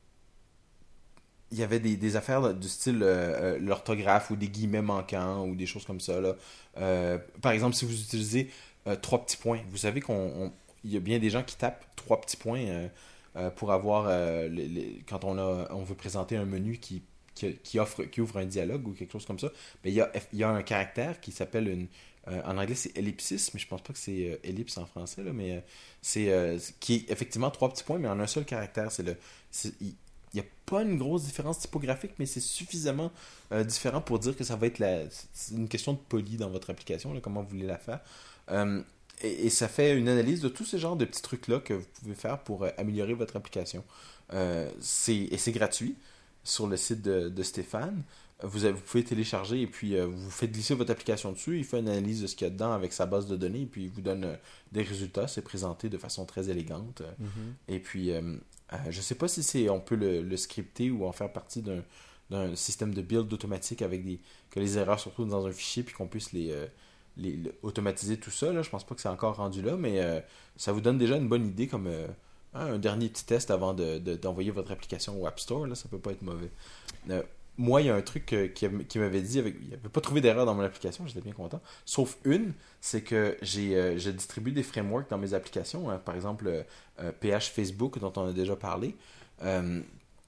il y avait des, des affaires du style euh, euh, l'orthographe ou des guillemets manquants ou des choses comme ça. Là. Euh, par exemple, si vous utilisez euh, trois petits points, vous savez qu'on on, il y a bien des gens qui tapent trois petits points euh, euh, pour avoir euh, les, les, quand on a on veut présenter un menu qui, qui, qui offre qui ouvre un dialogue ou quelque chose comme ça. Mais il y a, il y a un caractère qui s'appelle une Euh, en anglais, c'est ellipsis, mais je pense pas que c'est euh, ellipse en français, là, mais euh, c'est euh, qui est effectivement trois petits points, mais en un seul caractère. C'est le, c'est, il n'y a pas une grosse différence typographique, mais c'est suffisamment euh, différent pour dire que ça va être la, c'est une question de poly dans votre application, là, comment vous voulez la faire. Euh, et, et ça fait une analyse de tous ces genres de petits trucs-là que vous pouvez faire pour euh, améliorer votre application. Euh, c'est, et c'est gratuit sur le site de, de Stéphane. Vous, avez, vous pouvez télécharger et puis euh, vous faites glisser votre application dessus. Il fait une analyse de ce qu'il y a dedans avec sa base de données et puis il vous donne euh, des résultats. C'est présenté de façon très élégante. Mm-hmm. Et puis, euh, euh, je ne sais pas si c'est on peut le, le scripter ou en faire partie d'un, d'un système de build automatique avec des que les erreurs se retrouvent dans un fichier puis qu'on puisse les, euh, les, les automatiser tout ça. Là. Je pense pas que c'est encore rendu là, mais euh, ça vous donne déjà une bonne idée comme euh, un dernier petit test avant de, de, d'envoyer votre application au App Store. Là, ça peut pas être mauvais. Euh, Moi, il y a un truc euh, qui, qui m'avait dit, avec, il n'avait pas trouvé d'erreur dans mon application, j'étais bien content. Sauf une, c'est que j'ai, euh, je distribue des frameworks dans mes applications. Hein, par exemple, euh, P H Facebook, dont on a déjà parlé, euh,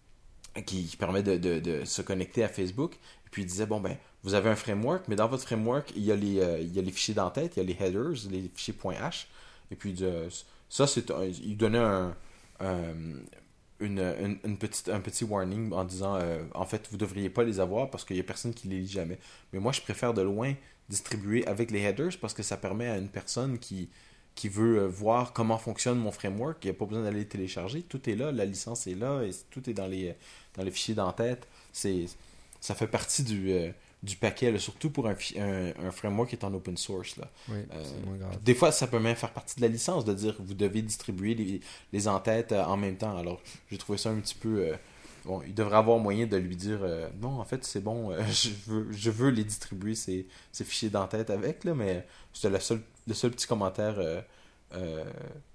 qui, qui permet de, de, de se connecter à Facebook. Et puis, il disait, bon, ben, vous avez un framework, mais dans votre framework, il y a les, euh, il y a les fichiers d'entête, il y a les headers, les fichiers .h. Et puis, euh, ça, c'est, il donnait un... un Une, une, une petite, un petit warning en disant euh, en fait vous ne devriez pas les avoir parce qu'il n'y a personne qui les lit jamais. Mais moi je préfère de loin distribuer avec les headers parce que ça permet à une personne qui, qui veut euh, voir comment fonctionne mon framework, il n'y a pas besoin d'aller les télécharger, tout est là, la licence est là et tout est dans les, dans les fichiers d'entête. C'est, ça fait partie du, euh, du paquet, là, surtout pour un, un, un framework qui est en open source. Là. Oui, euh, c'est moins grave. Des fois, ça peut même faire partie de la licence, de dire que vous devez distribuer les, les entêtes euh, en même temps. Alors, j'ai trouvé ça un petit peu... Euh, bon, il devrait avoir moyen de lui dire euh, non, en fait, c'est bon, euh, je, veux, je veux les distribuer, ces, ces fichiers d'entête avec, là, mais c'était le seul, le seul petit commentaire, euh, euh,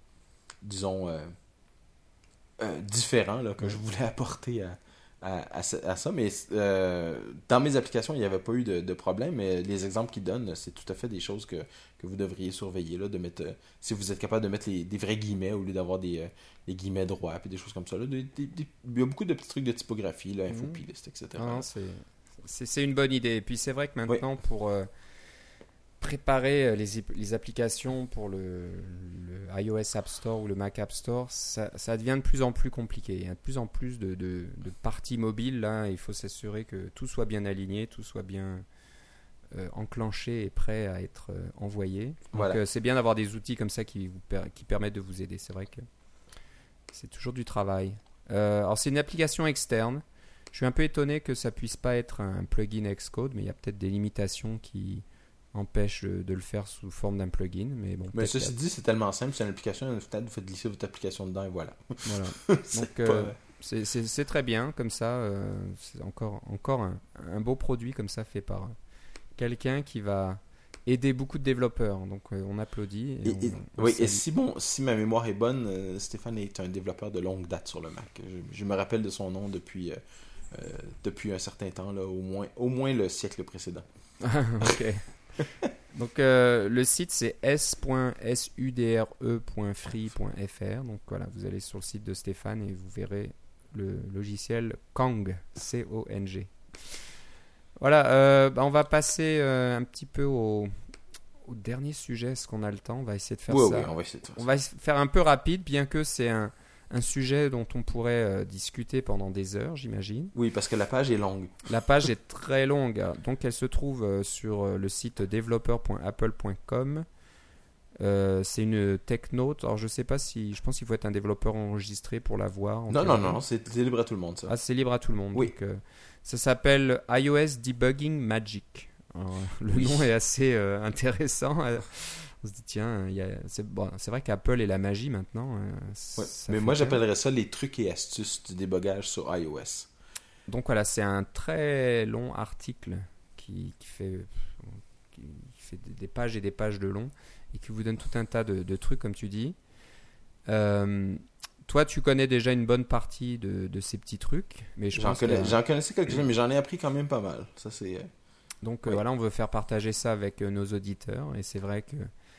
disons, euh, euh, différent là, que ouais. je voulais apporter à... À, à, à ça, mais euh, dans mes applications, il n'y avait pas eu de, de problème, mais les exemples qu'ils donnent, c'est tout à fait des choses que, que vous devriez surveiller, là, de mettre, euh, si vous êtes capable de mettre les, des vrais guillemets au lieu d'avoir des, euh, des guillemets droits, puis des choses comme ça. Là, des, des, des, il y a beaucoup de petits trucs de typographie, là, InfoPlist, et cetera. Non, c'est, c'est, c'est une bonne idée. Et puis c'est vrai que maintenant, oui. pour euh, préparer les, les applications pour le, le iOS App Store ou le Mac App Store, ça, ça devient de plus en plus compliqué. Il y a de plus en plus de, de, de parties mobiles. Là, il faut s'assurer que tout soit bien aligné, tout soit bien euh, enclenché et prêt à être euh, envoyé. Donc, voilà. euh, c'est bien d'avoir des outils comme ça qui, vous per- qui permettent de vous aider. C'est vrai que c'est toujours du travail. Euh, alors, c'est une application externe. Je suis un peu étonné que ça puisse pas être un plugin Xcode, mais il y a peut-être des limitations qui empêche de le faire sous forme d'un plugin, mais bon. Mais ceci dit, c'est tellement simple, c'est une application, vous faites glisser votre application dedans et voilà. Voilà. Donc c'est, euh, c'est, c'est, c'est très bien comme ça. Euh, c'est encore encore un, un beau produit comme ça fait par quelqu'un qui va aider beaucoup de développeurs. Donc euh, on applaudit. Et et, on, et, on oui, et si bon, si ma mémoire est bonne, euh, Stéphane est un développeur de longue date sur le Mac. Je, je me rappelle de son nom depuis euh, euh, depuis un certain temps là, au moins au moins le siècle précédent. Ok. Donc euh, le site c'est s point sudre point free point f r. Donc voilà, vous allez sur le site de Stéphane et vous verrez le logiciel Kong, C O N G. Voilà, euh, bah on va passer euh, un petit peu au, au dernier sujet. Est-ce qu'on a le temps? On va essayer de faire oui, ça. Oui, on va essayer de faire on ça. va faire un peu rapide, bien que c'est un, un sujet dont on pourrait euh, discuter pendant des heures, j'imagine. Oui, parce que la page est longue. La page est très longue, donc elle se trouve euh, sur euh, le site developer point apple point com. Euh, c'est une tech note. Alors je sais pas si, je pense qu'il faut être un développeur enregistré pour la voir. Non, non, non, non, c'est, c'est libre à tout le monde ça. Ah, c'est libre à tout le monde. Oui. Donc, euh, ça s'appelle iOS Debugging Magic. Alors, le Oui. nom est assez euh, intéressant. On se dit tiens, il y a, c'est, bon, c'est vrai qu'Apple est la magie maintenant. Euh, Ouais. ça Mais fait moi peur. j'appellerais ça les trucs et astuces du débogage sur iOS. Donc voilà, c'est un très long article qui, qui fait, qui fait des pages et des pages de long et qui vous donne tout un tas de, de trucs, comme tu dis. Euh, toi, tu connais déjà une bonne partie de, de ces petits trucs, mais je J'en, pense connais, que- j'en connaissais quelques-uns, mais j'en ai appris quand même pas mal. Ça, c'est... euh, donc euh, Oui. voilà, on veut faire partager ça avec euh, nos auditeurs et c'est vrai que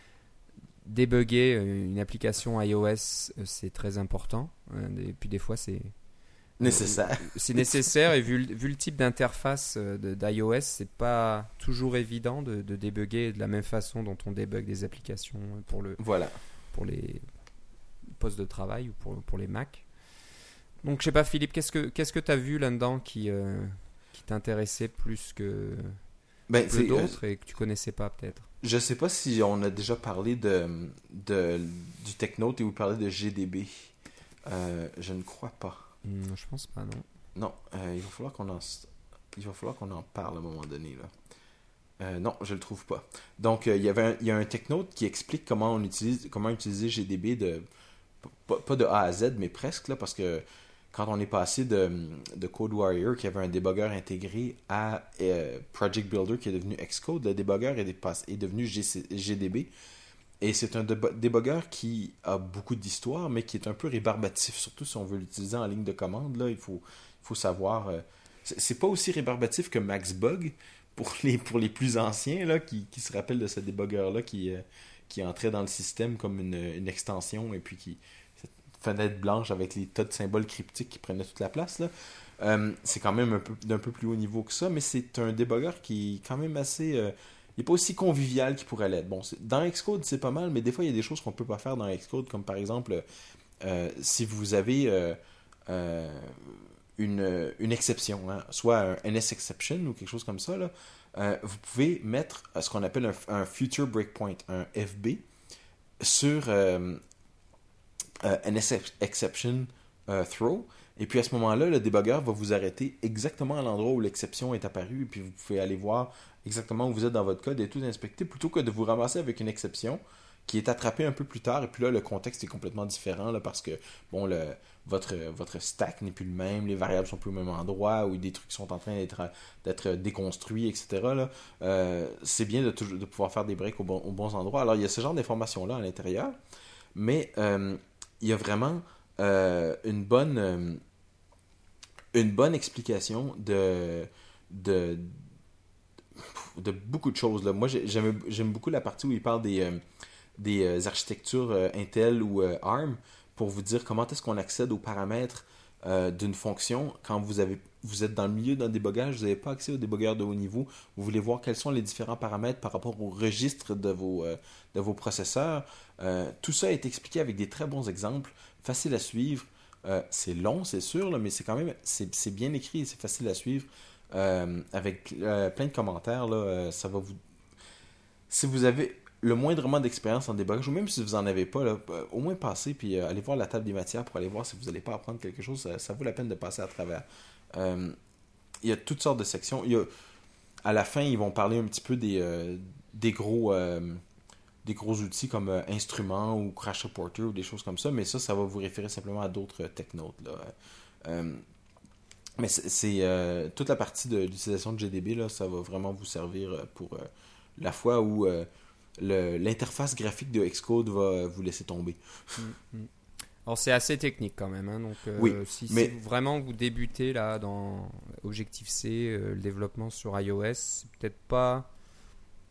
débugger euh, une application iOS, euh, c'est très important. Euh, Et puis des fois, c'est nécessaire. c'est nécessaire et vu, le- vu le type d'interface euh, de- d'iOS, c'est pas toujours évident de, de débugger de la même façon dont on débug des applications pour, le, Voilà. pour les postes de travail ou pour, pour les Mac. Donc je sais pas Philippe, qu'est-ce que qu'est-ce que tu as vu là-dedans qui, euh, qui t'intéressait plus que, Ben, que c'est, euh, d'autres et que tu connaissais pas peut-être? je sais pas si on a déjà parlé de, de, du TechNote et vous parlez de G D B. Euh, je ne crois pas. Hmm, je pense pas, non. Non, euh, il va falloir qu'on en, il va falloir qu'on en parle à un moment donné là. Euh, non, je le trouve pas. Donc euh, il y avait un, il y a un TechNote qui explique comment on utilise, comment utiliser G D B de pas, pas de A à Z, mais presque là, parce que quand on est passé de, de CodeWarrior qui avait un débogueur intégré à euh, Project Builder qui est devenu Xcode, le débogueur est, dépassé, est devenu G C, G D B. Et c'est un débo- débogueur qui a beaucoup d'histoire, mais qui est un peu rébarbatif, surtout si on veut l'utiliser en ligne de commande. Là, il faut, il faut savoir. Euh, c'est, c'est pas aussi rébarbatif que MaxBug pour les, pour les plus anciens là, qui, qui se rappellent de ce débogueur-là qui, euh, qui entrait dans le système comme une, une extension et puis qui. Cette fenêtre blanche avec les tas de symboles cryptiques qui prenaient toute la place. Là. Euh, c'est quand même un peu, d'un peu plus haut niveau que ça, mais c'est un débogueur qui est quand même assez. Euh, il n'est pas aussi convivial qu'il pourrait l'être. Bon, c'est- dans Xcode, c'est pas mal, mais des fois, il y a des choses qu'on ne peut pas faire dans Xcode, comme par exemple, euh, si vous avez euh, euh, une, une exception, hein, soit un N S exception ou quelque chose comme ça, là, euh, vous pouvez mettre euh, ce qu'on appelle un, un future breakpoint, un F B, sur euh, euh, N S exception euh, throw. Et puis à ce moment-là, le débogueur va vous arrêter exactement à l'endroit où l'exception est apparue. Et puis vous pouvez aller voir exactement où vous êtes dans votre code et tout inspecter plutôt que de vous ramasser avec une exception qui est attrapée un peu plus tard. Et puis là, le contexte est complètement différent là, parce que bon, le, votre, votre stack n'est plus le même, les variables sont plus au même endroit, ou des trucs sont en train d'être, d'être déconstruits, et cetera. Là. Euh, c'est bien de, toujours, de pouvoir faire des breaks au bon, aux bons endroits. Alors il y a ce genre d'informations-là à l'intérieur, mais euh, il y a vraiment euh, une bonne... Euh, une bonne explication de, de, de beaucoup de choses. Là. Moi, j'aime, j'aime beaucoup la partie où il parle des, euh, des euh, architectures euh, Intel ou euh, ARM pour vous dire comment est-ce qu'on accède aux paramètres euh, d'une fonction quand vous, avez, vous êtes dans le milieu d'un débogage, vous n'avez pas accès au débogueur de haut niveau, vous voulez voir quels sont les différents paramètres par rapport au registre de vos, euh, de vos processeurs. Euh, tout ça est expliqué avec des très bons exemples, faciles à suivre. Euh, c'est long, c'est sûr, là, mais c'est quand même c'est, c'est bien écrit et c'est facile à suivre. Euh, avec euh, plein de commentaires, là, euh, ça va vous. Si vous avez le moindrement d'expérience en débogage, ou même si vous n'en avez pas, là, euh, au moins passez puis euh, allez voir la table des matières pour aller voir si vous n'allez pas apprendre quelque chose. Ça, ça vaut la peine de passer à travers. Euh, il y a toutes sortes de sections. Il y a, à la fin, ils vont parler un petit peu des, euh, des gros. Euh, des gros outils comme euh, Instruments ou Crash Reporter ou des choses comme ça, mais ça, ça va vous référer simplement à d'autres technotes. Là. Euh, mais c'est, c'est euh, toute la partie de l'utilisation de G D B, là, ça va vraiment vous servir pour euh, la fois où euh, le, l'interface graphique de Xcode va vous laisser tomber. Mm-hmm. Alors c'est assez technique quand même, hein, donc euh, oui, si, mais... si vous, vraiment vous débutez là dans Objective-C, euh, le développement sur iOS, c'est peut-être pas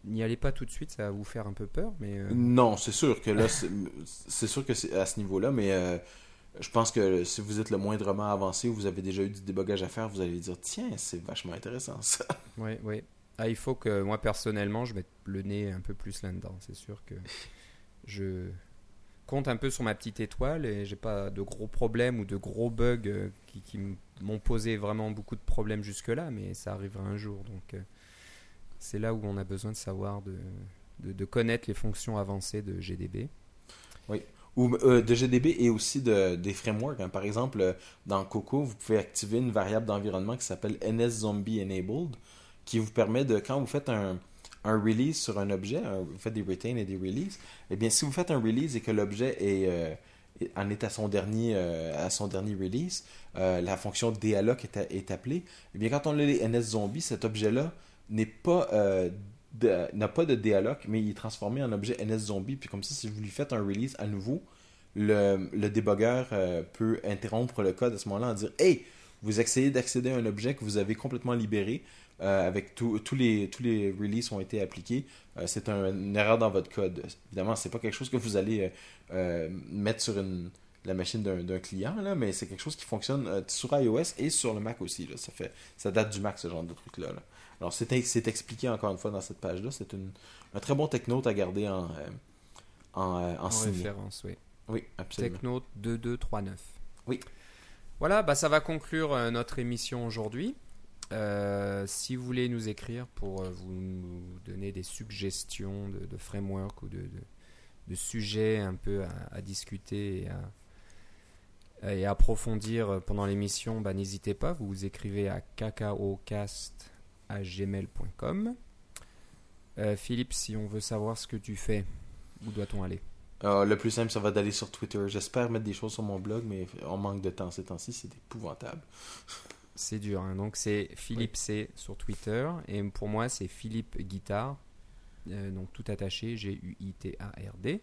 n'y allez pas tout de suite, ça va vous faire un peu peur, mais... euh, Non, c'est sûr que là, c'est, c'est sûr que c'est à ce niveau-là, mais euh, je pense que si vous êtes le moindrement avancé ou vous avez déjà eu du débogage à faire, vous allez dire, tiens, c'est vachement intéressant ça. Oui, oui. Ah, il faut que moi personnellement je mette le nez un peu plus là-dedans. C'est sûr que je compte un peu sur ma petite étoile et j'ai pas de gros problèmes ou de gros bugs euh, qui, qui m- m'ont posé vraiment beaucoup de problèmes jusque-là, mais ça arrivera un jour. Donc euh, c'est là où on a besoin de savoir, de, de, de connaître les fonctions avancées de G D B. Ou euh, de G D B et aussi de, des frameworks. Hein. Par exemple, euh, dans Coco, vous pouvez activer une variable d'environnement qui s'appelle NSZombie-enabled, qui vous permet de, quand vous faites un, un release sur un objet, un- vous faites des retain et des release, eh bien, si vous faites un release et que l'objet est, euh, est- en est à son dernier, euh, à son dernier release, euh, la fonction dealloc est, a- est appelée, eh bien, quand on a les NSZombie, cet objet-là n'est pas, euh, de- n'a pas de dealloc, mais il est transformé en objet NSZombie, puis comme ça, si vous lui faites un release à nouveau, le, le débogueur euh, peut interrompre le code à ce moment-là en dire « Hey, vous essayez d'accéder à un objet que vous avez complètement libéré, euh, avec tout- tous les, tous les releases ont été appliqués, euh, c'est un- une erreur dans votre code. » Évidemment, c'est pas quelque chose que vous allez euh, euh, mettre sur une, la machine d'un, d'un client, là, mais c'est quelque chose qui fonctionne euh, sur iOS et sur le Mac aussi. Là. Ça, fait, ça date du Mac, ce genre de truc-là. Là. Alors, c'est, c'est expliqué encore une fois dans cette page-là. C'est une, un très bon technote à garder en, euh, en, euh, en, En signé. référence, oui. Oui, absolument. Technote deux deux trois neuf. Oui. Voilà, bah ça va conclure euh, notre émission aujourd'hui. Euh, si vous voulez nous écrire pour euh, vous nous donner des suggestions de, de framework ou de, de, de sujets un peu à, à discuter et à, et à approfondir pendant l'émission, bah, n'hésitez pas, vous vous écrivez à cacaocast arobase gmail point com. Euh, Philippe, si on veut savoir ce que tu fais, où doit-on aller? Euh, le plus simple, ça va d'aller sur Twitter. J'espère mettre des choses sur mon blog, mais on manque de temps ces temps-ci, c'est épouvantable. C'est dur, hein. Donc c'est Philippe C sur Twitter et pour moi c'est Philippe Guitard, euh, donc tout attaché, G U I T A R D.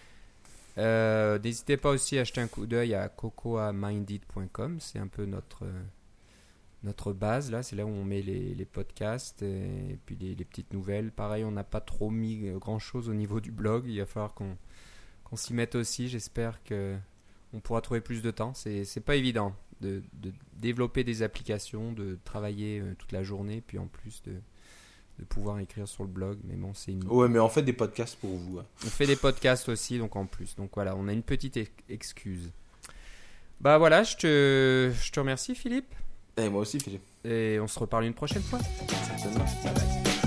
Euh, n'hésitez pas aussi à jeter un coup d'œil à cocoa minded point com, c'est un peu notre, euh, notre base là, c'est là où on met les, les podcasts et, et puis les, les petites nouvelles. Pareil, on n'a pas trop mis grand chose au niveau du blog, il va falloir qu'on, qu'on s'y mette aussi, j'espère que on pourra trouver plus de temps, c'est, c'est pas évident. De, de développer des applications, de travailler euh, toute la journée, puis en plus de, de pouvoir écrire sur le blog. Mais bon, c'est une... Ouais, mais on fait des podcasts pour vous. Hein. On fait des podcasts aussi, donc en plus. Donc voilà, on a une petite ex- excuse. Bah voilà, je te, je te remercie Philippe. Et moi aussi, Philippe. Et on se reparle une prochaine fois. Certainement. Bye bye.